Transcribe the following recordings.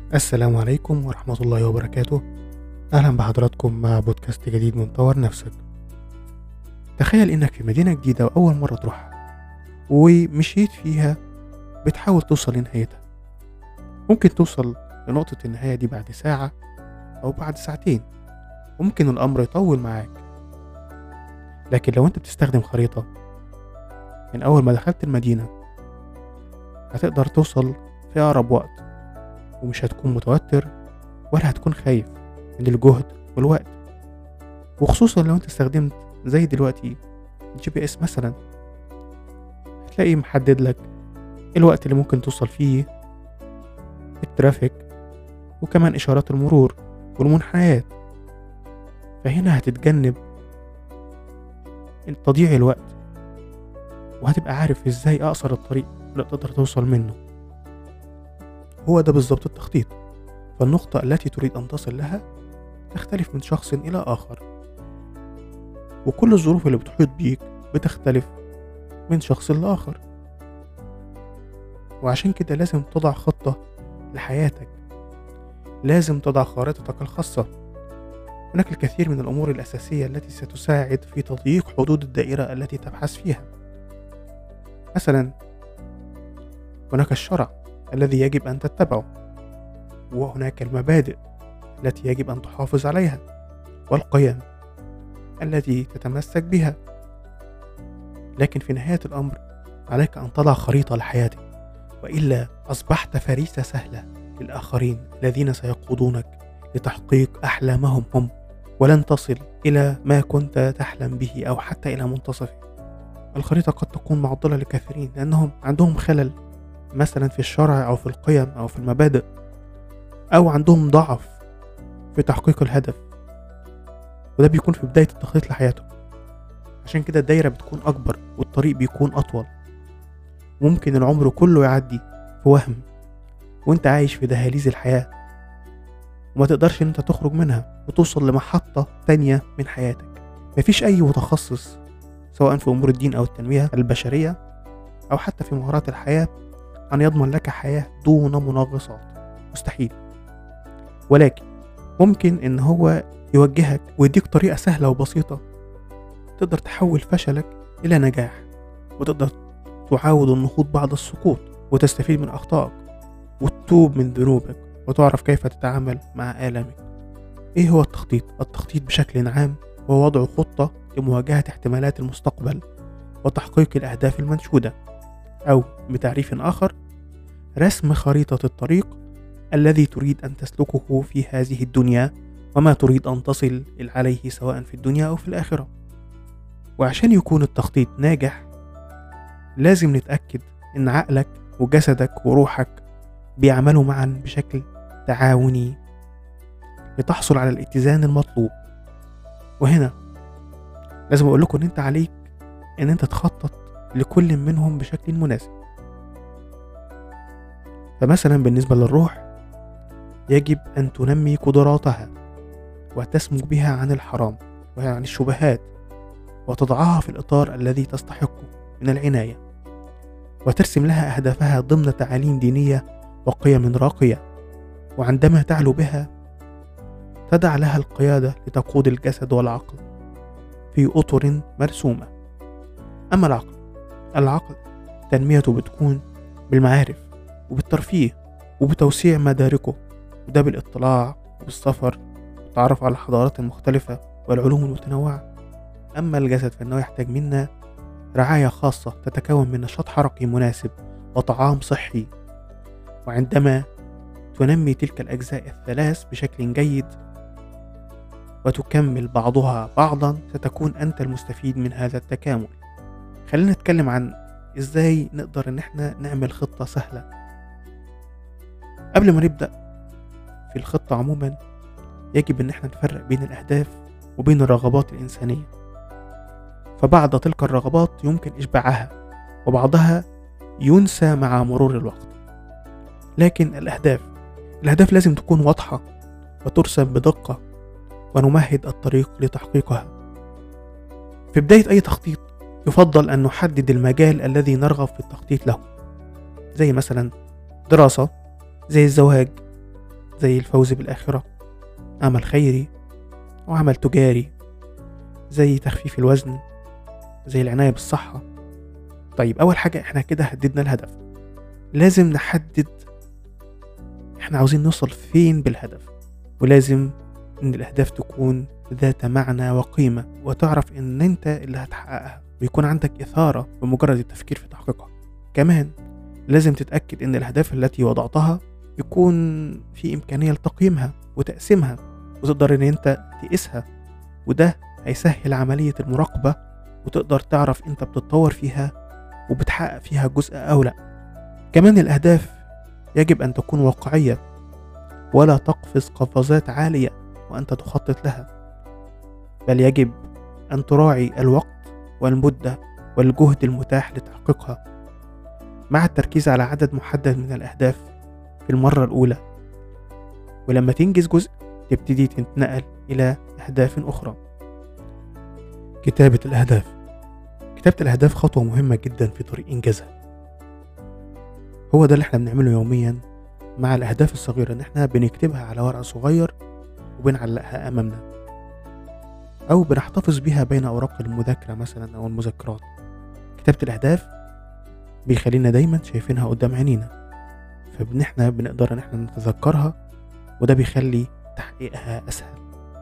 السلام عليكم ورحمة الله وبركاته. أهلا بحضراتكم مع بودكاست جديد من طور نفسك. تخيل إنك في مدينة جديدة وأول مرة تروحها ومشيت فيها بتحاول توصل لنهايتها. ممكن توصل لنقطة النهاية دي بعد ساعة أو بعد ساعتين، وممكن الأمر يطول معاك. لكن لو أنت بتستخدم خريطة من أول ما دخلت المدينة هتقدر توصل في أقرب وقت، ومش هتكون متوتر ولا هتكون خايف من الجهد والوقت. وخصوصا لو انت استخدمت زي دلوقتي GPS مثلا، هتلاقي محدد لك الوقت اللي ممكن توصل فيه، الترافيك، وكمان إشارات المرور والمنحنيات. فهنا هتتجنب تضييع الوقت، وهتبقى عارف ازاي أقصر الطريق اللي تقدر توصل منه. هو ده بالظبط التخطيط. فالنقطة التي تريد أن تصل لها تختلف من شخص إلى آخر، وكل الظروف اللي بتحيط بيك بتختلف من شخص لآخر. وعشان كده لازم تضع خطة لحياتك، لازم تضع خارطتك الخاصة. هناك الكثير من الأمور الأساسية التي ستساعد في تضييق حدود الدائرة التي تبحث فيها. مثلا هناك الشرع الذي يجب أن تتبعه، وهناك المبادئ التي يجب أن تحافظ عليها، والقيم التي تتمسك بها. لكن في نهاية الأمر عليك أن تضع خريطة لحياتك، وإلا أصبحت فريسة سهلة للآخرين الذين سيقودونك لتحقيق أحلامهم هم، ولن تصل إلى ما كنت تحلم به أو حتى إلى منتصفه. الخريطة قد تكون معضلة لكثيرين لأنهم عندهم خلل مثلا في الشرع أو في القيم أو في المبادئ، أو عندهم ضعف في تحقيق الهدف، وده بيكون في بداية التخطيط لحياتهم. عشان كده الدايرة بتكون أكبر والطريق بيكون أطول. ممكن العمر كله يعدي في وهم وانت عايش في دهاليز الحياة، وما تقدرش ان انت تخرج منها وتوصل لمحطة تانية من حياتك. مفيش أي متخصص سواء في أمور الدين أو التنمية البشرية أو حتى في مهارات الحياة أن يضمن لك حياة دون منغصات، مستحيل. ولكن ممكن ان هو يوجهك ويديك طريقة سهلة وبسيطة تقدر تحول فشلك إلى نجاح، وتقدر تعاود النهوض بعد السقوط، وتستفيد من أخطائك، وتتوب من ذنوبك، وتعرف كيف تتعامل مع آلامك. إيه هو التخطيط؟ التخطيط بشكل عام هو وضع خطة لمواجهة احتمالات المستقبل وتحقيق الأهداف المنشودة، أو بتعريف آخر رسم خريطة الطريق الذي تريد أن تسلكه في هذه الدنيا، وما تريد أن تصل عليه سواء في الدنيا أو في الآخرة. وعشان يكون التخطيط ناجح لازم نتأكد إن عقلك وجسدك وروحك بيعملوا معا بشكل تعاوني لتحصل على الاتزان المطلوب. وهنا لازم أقول لكم إن أنت عليك إن أنت تخطط لكل منهم بشكل مناسب. فمثلا بالنسبة للروح يجب أن تنمي قدراتها وتسمك بها عن الحرام وعن الشبهات، وتضعها في الإطار الذي تستحقه من العناية، وترسم لها أهدافها ضمن تعاليم دينية وقيم راقية. وعندما تعلو بها تدع لها القيادة لتقود الجسد والعقل في أطر مرسومة. أما العقل تنميته بتكون بالمعارف وبالترفيه وبتوسيع مداركه، وده بالاطلاع وبالسفر والتعرف على الحضارات المختلفة والعلوم المتنوعة. أما الجسد فإنه يحتاج منا رعاية خاصة تتكون من نشاط حركي مناسب وطعام صحي. وعندما تنمي تلك الأجزاء الثلاث بشكل جيد وتكمل بعضها بعضا ستكون أنت المستفيد من هذا التكامل. خلينا نتكلم عن إزاي نقدر إن احنا نعمل خطة سهلة. قبل ما نبدأ في الخطة عموما يجب إن احنا نفرق بين الأهداف وبين الرغبات الإنسانية. فبعض تلك الرغبات يمكن إشباعها، وبعضها ينسى مع مرور الوقت. لكن الأهداف لازم تكون واضحة وترسم بدقة، ونمهد الطريق لتحقيقها. في بداية أي تخطيط يفضل أن نحدد المجال الذي نرغب في التخطيط له، زي مثلا دراسة، زي الزواج، زي الفوز بالآخرة، عمل خيري، أو عمل تجاري زي تخفيف الوزن، زي العناية بالصحة. طيب أول حاجة إحنا كده حددنا الهدف، لازم نحدد إحنا عاوزين نوصل فين بالهدف، ولازم إن الأهداف تكون ذات معنى وقيمة، وتعرف إن أنت اللي هتحققها، ويكون عندك إثارة بمجرد التفكير في تحقيقها. كمان لازم تتأكد إن الأهداف التي وضعتها يكون في إمكانية لتقييمها وتقسيمها، وتقدر إن أنت تقيسها، وده هيسهل عملية المراقبة، وتقدر تعرف أنت بتتطور فيها وبتحقق فيها جزء أو لأ. كمان الأهداف يجب أن تكون واقعية، ولا تقفز قفزات عالية وأنت تخطط لها، بل يجب أن تراعي الوقت والمدة والجهد المتاح لتحقيقها، مع التركيز على عدد محدد من الأهداف في المرة الأولى. ولما تنجز جزء تبتدي تنتقل إلى أهداف أخرى. كتابة الأهداف. كتابة الأهداف خطوة مهمة جدا في طريق إنجازها. هو ده اللي احنا بنعمله يوميا مع الأهداف الصغيرة، إن احنا بنكتبها على ورق صغير وبنعلقها أمامنا، أو بنحتفظ بيها بين أوراق المذاكرة مثلا أو المذكرات. كتابة الأهداف بيخلينا دايما شايفينها قدام عينينا، فاحنا بنقدر إن احنا نتذكرها، وده بيخلي تحقيقها أسهل.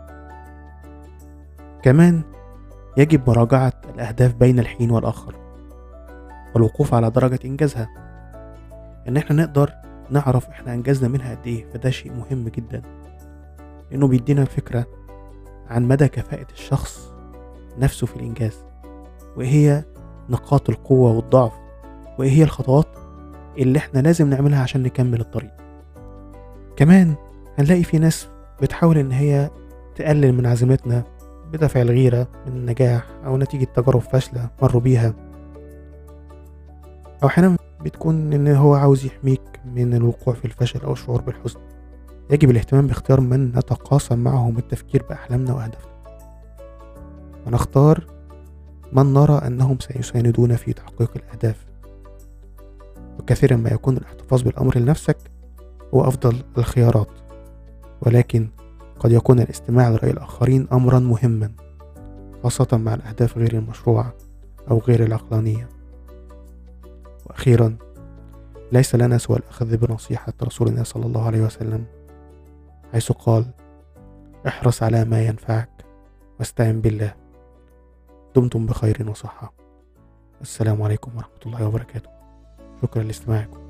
كمان يجب مراجعة الأهداف بين الحين والآخر، والوقوف على درجة إنجازها، إن احنا نقدر نعرف احنا أنجزنا منها قد إيه. فده شيء مهم جدا، لأنه بيدينا فكرة عن مدى كفاءة الشخص نفسه في الإنجاز، وإيه هي نقاط القوة والضعف، وإيه هي الخطوات اللي احنا لازم نعملها عشان نكمل الطريق. كمان هنلاقي في ناس بتحاول إن هي تقلل من عزيمتنا بدافع الغيرة من النجاح، أو نتيجة تجارب فاشلة مروا بيها، أو أحيانا بتكون إن هو عاوز يحميك من الوقوع في الفشل أو الشعور بالحزن. يجب الاهتمام باختيار من نتقاسم معهم التفكير بأحلامنا وأهدافنا، ونختار من نرى أنهم سيساندون في تحقيق الأهداف. وكثيرا ما يكون الاحتفاظ بالأمر لنفسك هو أفضل الخيارات، ولكن قد يكون الاستماع لرأي الآخرين أمرا مهما، خاصة مع الأهداف غير المشروعة أو غير العقلانية. وأخيرا، ليس لنا سوى الأخذ بنصيحة رسولنا صلى الله عليه وسلم، حيث قال: احرص على ما ينفعك واستعن بالله. دمتم بخير وصحة. السلام عليكم ورحمة الله وبركاته. شكرا لاستماعكم.